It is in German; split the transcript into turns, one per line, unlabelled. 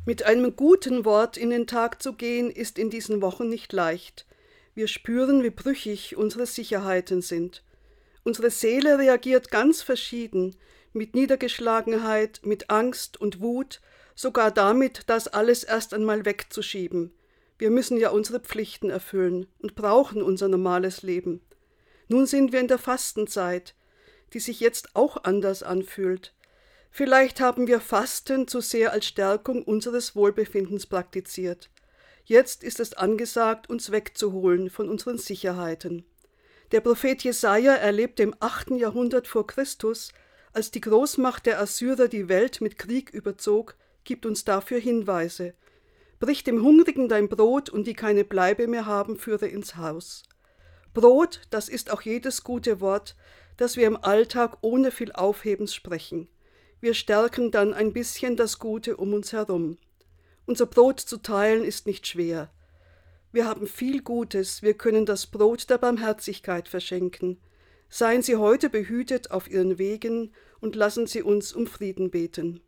Mit einem guten Wort in den Tag zu gehen, ist in diesen Wochen nicht leicht. Wir spüren, wie brüchig unsere Sicherheiten sind. Unsere Seele reagiert ganz verschieden, mit Niedergeschlagenheit, mit Angst und Wut, sogar damit, das alles erst einmal wegzuschieben. Wir müssen ja unsere Pflichten erfüllen und brauchen unser normales Leben. Nun sind wir in der Fastenzeit, die sich jetzt auch anders anfühlt. Vielleicht haben wir Fasten zu sehr als Stärkung unseres Wohlbefindens praktiziert. Jetzt ist es angesagt, uns wegzuholen von unseren Sicherheiten. Der Prophet Jesaja erlebte im 8. Jahrhundert vor Christus, als die Großmacht der Assyrer die Welt mit Krieg überzog, gibt uns dafür Hinweise. Brich dem Hungrigen dein Brot und die keine Bleibe mehr haben, führe ins Haus. Brot, das ist auch jedes gute Wort, das wir im Alltag ohne viel Aufhebens sprechen. Wir stärken dann ein bisschen das Gute um uns herum. Unser Brot zu teilen ist nicht schwer. Wir haben viel Gutes, wir können das Brot der Barmherzigkeit verschenken. Seien Sie heute behütet auf Ihren Wegen und lassen Sie uns um Frieden beten.